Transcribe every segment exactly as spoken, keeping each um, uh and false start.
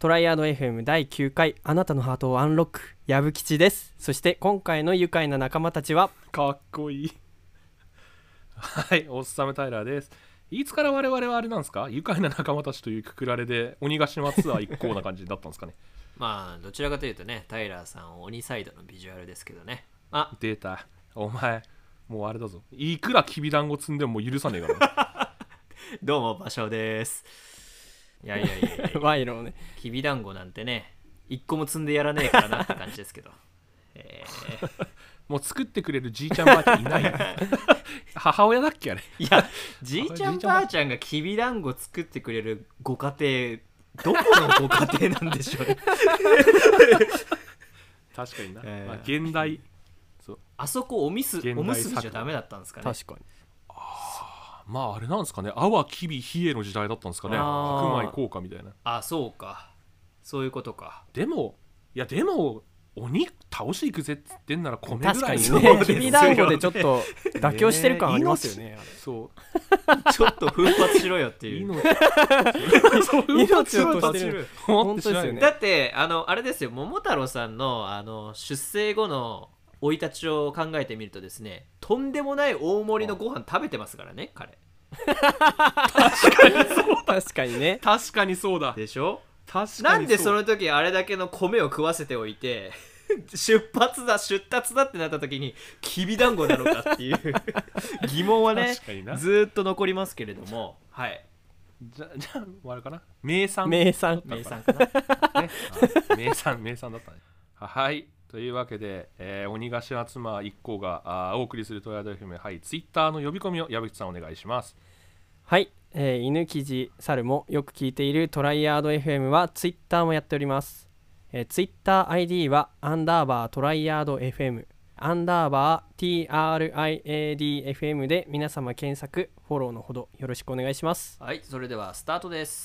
トライアード エフエム だいきゅうかい、あなたのハートをアンロック、矢吹吉です。そして今回の愉快な仲間たちは、 かっこいいはい、おっさめタイラーです。いつから我々はあれなんですか、愉快な仲間たちというくくられで鬼ヶ島ツアー一行な感じだったんですかね。 まあどちらかというとね、タイラーさん鬼サイドのビジュアルですけどね。あ、 出た、お前もうあれだぞ、いくらきびだんご積んでももう許さねえからどうも場所です。いやいやいやいや賄賂をね、 きびだんごなんてね一個も積んでやらねえからなって感じですけど、えー、 もう作ってくれるじいちゃんばあちゃんいないよ母親だっけあれ。 いやじいちゃんばあちゃんがきびだんご作ってくれるご家庭、どこのご家庭なんでしょうね確かにな、 えーまあ、現代そうあそこおみす現代おむすびじゃダメだったんですかね。 確かに。 まああれなんですかね、阿波きび冷えの時代だったんですかね、 あー白米効果みたいな。 あ、そうか、そういうことか。 でもいやでも鬼倒し行くぜって言ってんなら米ぐ確かにらいのね、きびだんごでちょっと妥協してる感ありますよね。あれそうちょっと奮発しろよっていう命命を落としてる。本当ですよね。 だってあのあれですよ、桃太郎さんのあの出生後の生い立ちを考えてみるとですね、とんでもない大盛りのご飯食べてますからね彼。 確かにね。 確かにそうだ。 でしょ。 確かにそう。 なんでその時あれだけの米を食わせておいて出発だ出達だってなった時にきびだんごなのかっていう疑問はね確かにな。 ずーっと残りますけれども、はい、 じゃじゃああれかな、名産名産名産かなね、あ名産名産だったね。はい、というわけで、えー、鬼ヶ島妻一行があお送りするトライアード エフエム、はい、ツイッターの呼び込みを矢吹さんお願いします。 はい、えー、犬記事猿もよく聞いているトライアード エフエム はツイッターもやっております。えー、ツイッター アイディー はアンダーバートライアード エフエム アンダーバー ティーアールアイエーディーエフエム で皆様検索フォローのほどよろしくお願いします。 はい、それではスタートです。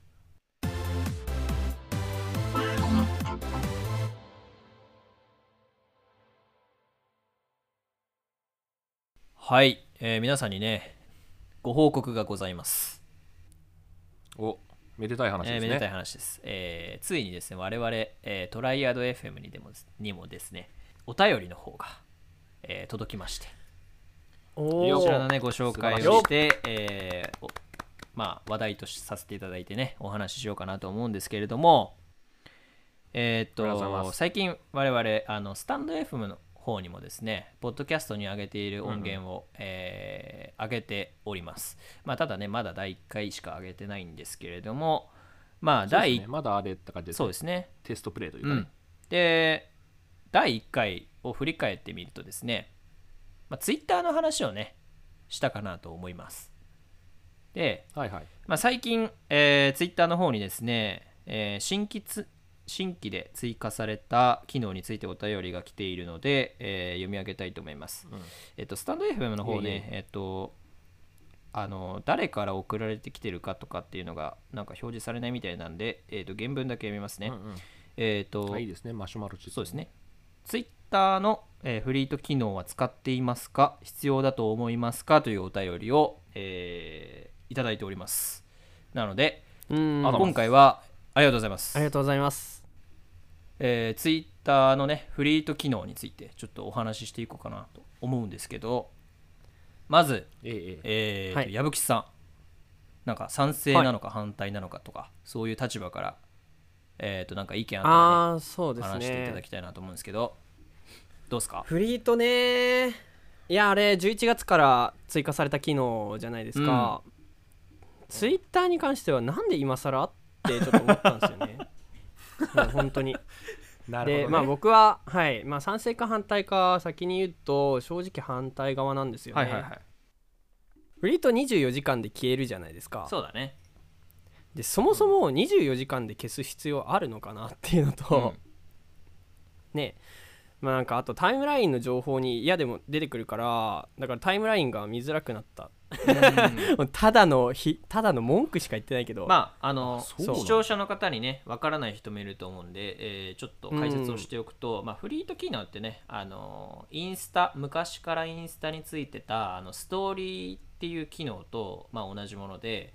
はい、えー、皆さんにねご報告がございます。 お、めでたい話ですね。 えー、めでたい話です。えー、ついにですね我々、えー、トライアード エフエム にでもにもですねお便りの方が、えー、届きまして、 おこちらのー、 ねご紹介をして、えー、まあ話題とさせていただいてねお話ししようかなと思うんですけれども、えー、っと最近我々あのスタンド エフエム の方にもですねポッドキャストに上げている音源を、うんうんえー、上げております。まあただねまだだいいっかいしか上げてないんですけれども、まあ第いっね、まだあれって感じで、 そうですね、 テストプレイというかね、うん、 でだいいっかいを振り返ってみるとですね、まあ、ツイッターの話をねしたかなと思います。で、 はいはい、 まあ、最近、えー、ツイッターの方にですね、えー、新規つ新規で追加された機能についてお便りが来ているので、えー、読み上げたいと思います。うん、えっとスタンド エフエム の方ね、いえいええっとあの誰から送られてきてるかとかっていうのがなんか表示されないみたいなんで、えー、と原文だけ読みますね。うんうん、えっ、ー、といいですね、マシュマロチップ。 そうですね。ツイッターの、えー、フリート機能は使っていますか、必要だと思いますかというお便りを、えー、いただいております。なのでうん今回はありがとうございます。 ありがとうございます。 えー、ツイッターのねフリート機能についてちょっとお話ししていこうかなと思うんですけど、まず、えええーはい、矢吹さんなんか賛成なのか反対なのかとか、はい、そういう立場から、えー、となんか意見あったら、ね、 あそうですね、 話していただきたいなと思うんですけど、どうですかフリートね。いやあれじゅういちがつから追加された機能じゃないですか、うん、ツイッターに関してはなんで今更ってちょっと思ったんですよね本当になるほど、ね、 でまあ僕は、はいまあ、賛成か反対か先に言うと正直反対側なんですよね、はいはいはい、フリートにじゅうよじかんで消えるじゃないですか。 そうだね。 でそもそもにじゅうよじかんで消す必要あるのかなっていうのと、うん、ねまあなんかあとタイムラインの情報に嫌でも出てくるからだからタイムラインが見づらくなったうんただのひただの文句しか言ってないけど、 まああの視聴者の方にねわからない人もいると思うんで、えー、ちょっと解説をしておくと、うんまあ、フリート機能ってねあのインスタ昔からインスタについてたあのストーリーっていう機能と、まあ、同じもので、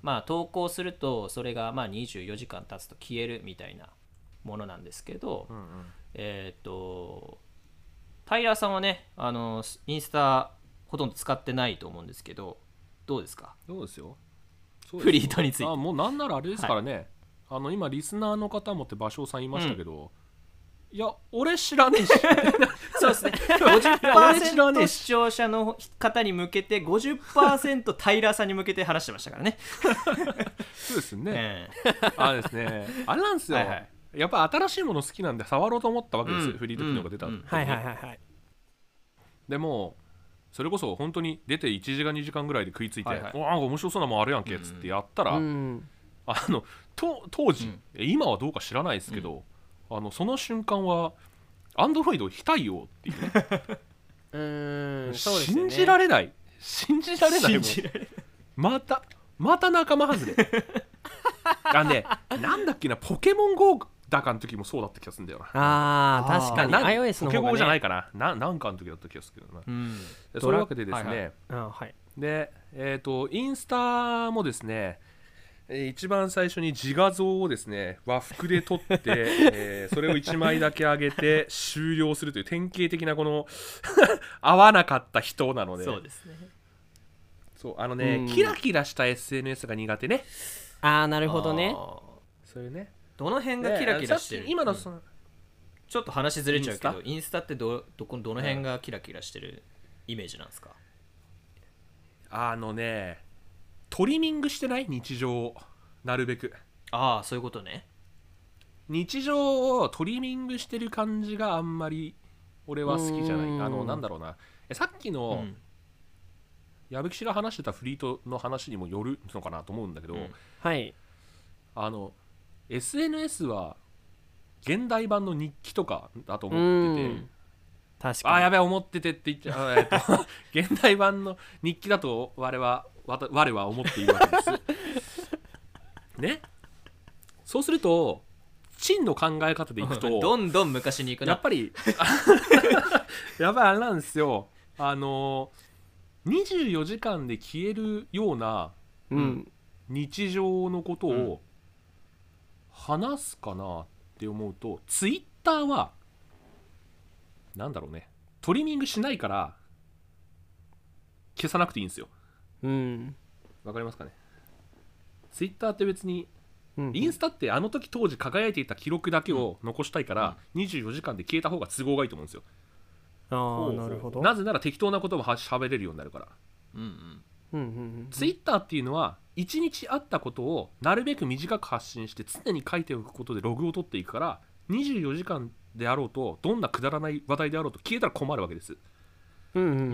まあ投稿するとそれがまあにじゅうよじかん経つと消えるみたいなものなんですけど、 うんうん、 えっとタイラーさんはね、あのインスタほとんど使ってないと思うんですけど、どうですか？ そうですよ。そうですよフリートについて。 あもうなんならあれですからね、 はい、 あの今リスナーの方もって芭蕉さん言いましたけど、うん、いや俺知らねえしそうですねごじゅっパーセント 視聴者の方に向けて ごじゅっパーセント タイラーさんに向けて話してましたからねそうですね、 えー、あですねあれなんですよ、はいはい、やっぱ新しいもの好きなんで触ろうと思ったわけです、うん、フリート機能が出た、うんうん、 はいはいはいはい。 でもそれこそ本当に出ていちじかんにじかんぐらいで食いついて、はいはい、わあ面白そうなもんあるやんけっつってやったら、うん、あのと当時、うん、今はどうか知らないですけど、うん、あのその瞬間はアンドロイド非対応っていうねうーんそうですね、 信じられない信じられないもんまたまた仲間外れあねなんだっけなポケモン ゴー だかの時もそうだった気がするんだよな。 あー確かに iOS の方が、ね、 ポケゴーじゃないかなななんかの時だった気がするけどな、うん、そういうわけでですね、はいはいあはい、でえっ、ー、とインスタもですね一番最初に自画像をですね和服で撮って、えー、それをいちまいだけ上げて終了するという典型的なこの合わなかった人なので、 そうですねそうあのねキラキラした エスエヌエス が苦手ね。 あーなるほどね。 そういうねどの辺がキラキラしてる、 今のその、うん、 ちょっと話ずれちゃうけどインスタってどどこどの辺がキラキラしてるイメージなんですか？ あのねトリミングしてない日常をなるべく。 ああそういうことね。 日常をトリミングしてる感じがあんまり俺は好きじゃない。あのなんだろうなさっきの、うん、矢吹氏が話してたフリートの話にもよるのかなと思うんだけど、うん、 はいあの エスエヌエス は現代版の日記とかだと思ってて、 確かにあやべえ思っててって言っちゃう、えっと、現代版の日記だと我は我は思っているわけですね。そうすると陳の考え方でいくとどんどん昔に行くな。 やっぱりやっぱりあれなんですよ、あのにじゅうよじかんで消えるような日常のことを話すかなって思うと、ツイッターはなんだろうねトリミングしないから消さなくていいんですよ。 うんわかりますかね。ツイッターって別に、うんうん、インスタってあの時当時輝いていた記録だけを残したいから、うん、にじゅうよじかんで消えた方が都合がいいと思うんですよ。 ああなるほど。 なぜなら適当なことも喋れるようになるから、うんうんうんうん、ツイッターっていうのはいちにちあったことをなるべく短く発信して常に書いておくことでログを取っていくから、にじゅうよじかんであろうとどんなくだらない話題であろうと消えたら困るわけです、うんうんうん、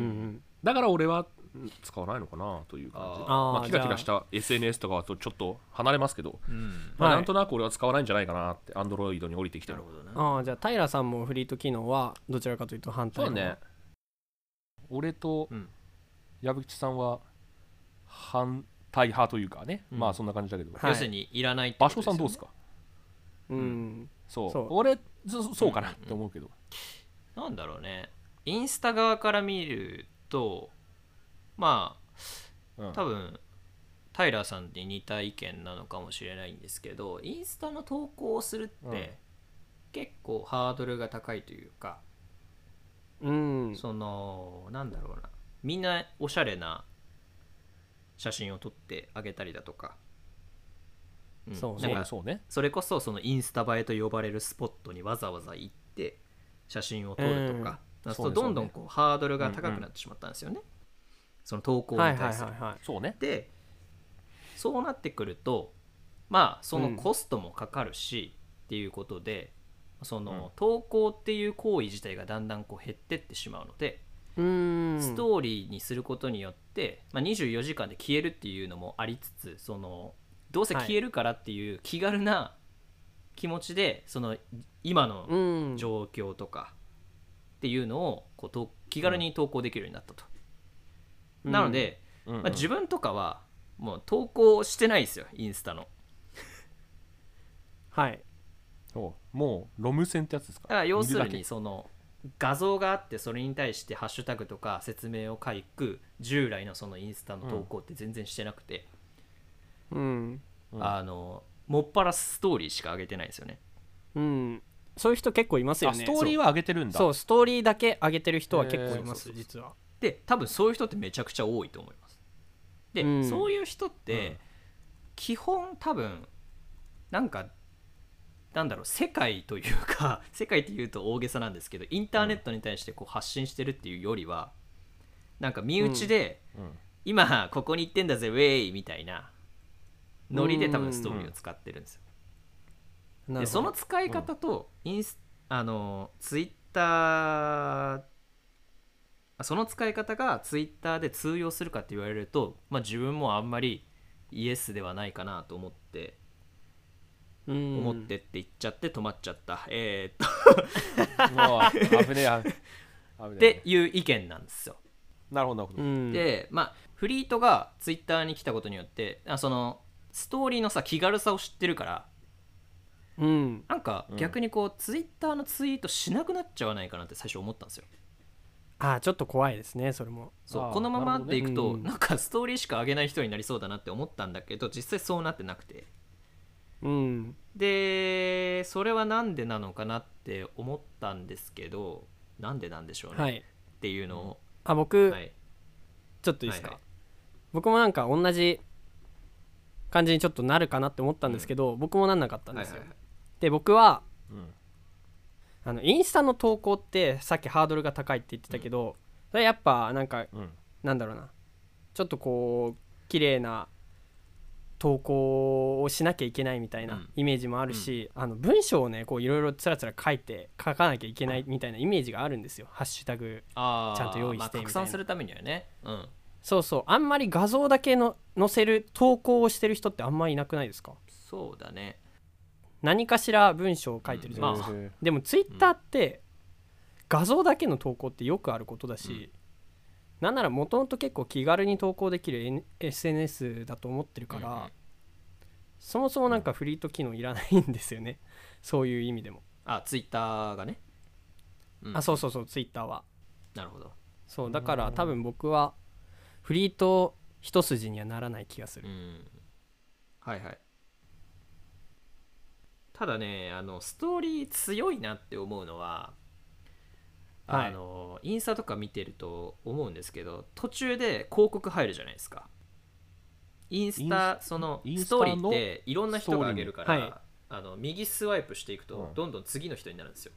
だから俺は使わないのかなという感じ。あ、まあ、キラキラした エスエヌエス とかとちょっと離れますけど、うんまあ、なんとなく俺は使わないんじゃないかなって Android に降りてきてる。 あじゃあ平さんもフリート機能はどちらかというと反対の。 そうね、俺と矢吹さんは反対派というかね、うん、まあそんな感じだけど、 要するにいらないってことですよね。芭蕉さんどうですか？ うん、うん、 そうそう俺そそうかなって思うけど、 うんうん、なんだろうねインスタ側から見るとまあ、うん、多分タイラーさんに似た意見なのかもしれないんですけど、インスタの投稿をするって、うん、結構ハードルが高いというか、うん、そのなんだろうなみんなおしゃれな写真を撮ってあげたりだとか、 うん、そうね、そうね、それこそそのインスタ映えと呼ばれるスポットにわざわざ行って写真を撮るとか、うん、そうどんどんこうハードルが高くなってしまったんですよね、うんうん、その投稿に対する、はいはいはいはい、そうね。でそうなってくるとまあそのコストもかかるし、うん、っていうことでその投稿っていう行為自体がだんだんこう減ってってしまうので、うーんストーリーにすることによって、まあ、にじゅうよじかんで消えるっていうのもありつつ、そのどうせ消えるからっていう気軽な気持ちでその今の状況とかっていうのをこうと気軽に投稿できるようになったと、うん、なので、うんうんまあ、自分とかはもう投稿してないですよインスタのはいおもうロム線ってやつですか。 だから要するにその画像があってそれに対してハッシュタグとか説明を書く従来のそのインスタの投稿って全然してなくて、 うん、 あのもっぱらストーリーしか上げてないんですよね。 うん、そういう人結構いますよね。 ストーリーは上げてるんだ。 そう、ストーリーだけ上げてる人は結構います、実は。 で多分そういう人ってめちゃくちゃ多いと思います。で、うん、そういう人って、うん、基本多分なんかなんだろう世界というか世界っていうと大げさなんですけどインターネットに対してこう発信してるっていうよりは、なんか身内で、うん、今ここに行ってんだぜウェイみたいなノリで多分ストーリーを使ってるんですよ。でその使い方とインス、うん、あのツイッターその使い方がツイッターで通用するかって言われると、まあ、自分もあんまりイエスではないかなと思って思ってって言っちゃって止まっちゃった。えー、っともう危ねえ危ねえっていう意見なんですよ。 なるほどなるほど。 でまあフリートがツイッターに来たことによってあそのストーリーのさ気軽さを知ってるから、 うん、 なんか逆にこう、うん、ツイッターのツイートしなくなっちゃわないかなって最初思ったんですよ。 ああちょっと怖いですねそれも。 そうこのままっていくと、ね、なんかストーリーしか上げない人になりそうだなって思ったんだけど実際そうなってなくて、 うん、 でそれはなんでなのかなって思ったんですけどなんでなんでしょうね、はい、っていうのをあ僕、はい、ちょっといいですか、はいはい、僕もなんか同じ感じにちょっとなるかなって思ったんですけど、うん、僕もなんなかったんですよ、はいはいはい、で僕は、うん、あのインスタの投稿ってさっきハードルが高いって言ってたけど、うん、それやっぱなんか、うん、なんだろうなちょっとこう綺麗な投稿をしなきゃいけないみたいなイメージもあるし、うん、あの文章をねこういろいろつらつら書いて書かなきゃいけないみたいなイメージがあるんですよ。ハッシュタグちゃんと用意してみたいな、まあ、 拡散するためにはね、うん、 そうそうあんまり画像だけの載せる投稿をしてる人ってあんまりいなくないですか？ そうだね。 何かしら文章を書いてるじゃないですか、うんまあ、でもツイッターって画像だけの投稿ってよくあることだし、うん、なんならもともと結構気軽に投稿できる エスエヌエス だと思ってるから、うんうん、そもそもなんかフリート機能いらないんですよね、そういう意味でも。 あツイッターがね、 うん、あそうそうそうツイッターはなるほど。 そうだから多分僕はフリート一筋にはならない気がする。 うんはいはい。ただねあのストーリー強いなって思うのは、はい、あのインスタとか見てると思うんですけど途中で広告入るじゃないですか。インスタそのストーリーっていろんな人が上げるから、はい、あの右スワイプしていくとどんどん次の人になるんですよ。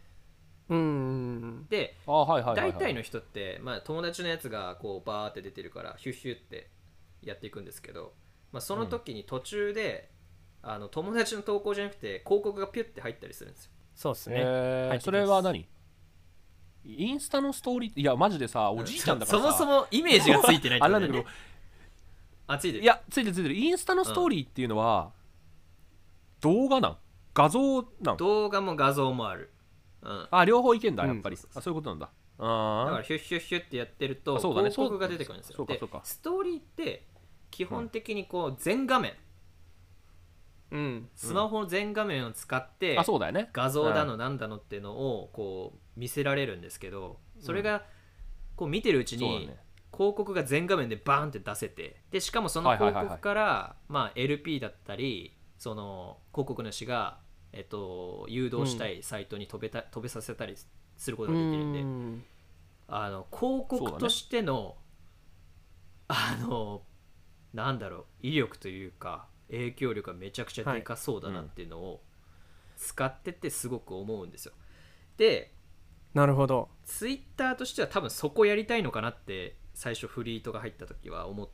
うんで、はいはいはいはい、大体の人って、まあ、友達のやつがこうバーって出てるからヒュッヒュってやっていくんですけど、まあ、その時に途中で、うん、あの友達の投稿じゃなくて広告がピュッて入ったりするんですよ。 そうですね、 えー、それは何インスタのストーリーいやマジでさおじいちゃんだからさそ, そもそもイメージがついてないってことだよね。あれなんだけどあついてる。 いやついてるついてる。インスタのストーリーっていうのは、うん、動画なん画像なん動画も画像もある、うん、 あ両方いけんだやっぱり、うん、あそういうことなんだ。あだからヒュッヒュッヒュッってやってると、そうだね、広告が出てくるんですよ。 そうかそうか。 でストーリーって基本的にこう全画面、うん、スマホの全画面を使って、うん、あそうだよね、画像だのなんだのっていうのをこう見せられるんですけど、それがこう見てるうちに、うんね、広告が全画面でバーンって出せて、でしかもその広告から、はいはいはいはい、まあ、エルピー だったりその広告主が、えっと、誘導したいサイトに飛べた、うん、飛べさせたりすることができるんで、んあの広告としての、ね、あのなんだろう威力というか影響力がめちゃくちゃでかそうだなっていうのを使っててすごく思うんですよ。でなるほど。 ツイッターとしては多分そこやりたいのかなって最初フリートが入った時は思って、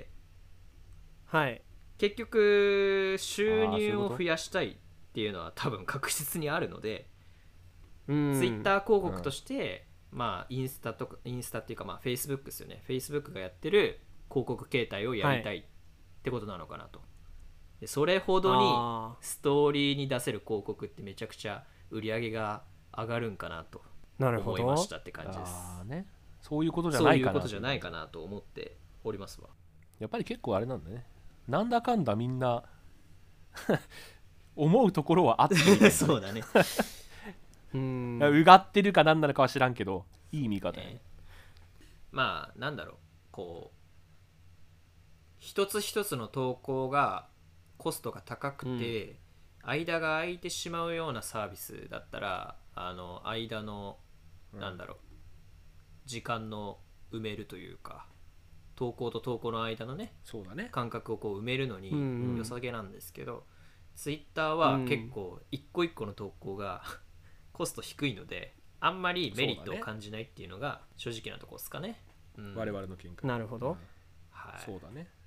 はい、 結局収入を増やしたいっていうのは多分確実にあるので、ツイッター広告として、うん、まあインスタとかインスタっていうかまあフェイスブックですよね。フェイスブックがやってる広告形態をやりたいってことなのかなと。でそれほどにストーリーに出せる広告ってめちゃくちゃ売り上げが上がるんかなと思いましたって感じです。 あ、ね、そういうことじゃないかな。 そういうことじゃないかなと思っておりますわ。 やっぱり結構あれなんだね。なんだかんだみんな思うところはあってる、 ね、そうだね。 うーんうがってるかなんなのかは知らんけどいい見方ね、 えー、まあなんだろうこう一つ一つの投稿がコストが高くて、うん、間が空いてしまうようなサービスだったらあの間の、うん、なんだろう時間の埋めるというか投稿と投稿の間のね、 そうだね間隔をこう埋めるのに良さげなんですけど、うんうん、ツイッターは結構一個一個の投稿がコスト低いのであんまりメリットを感じないっていうのが正直なところですかね。 うん、我々の見解。 なるほど、うん、 はい、 そうだね。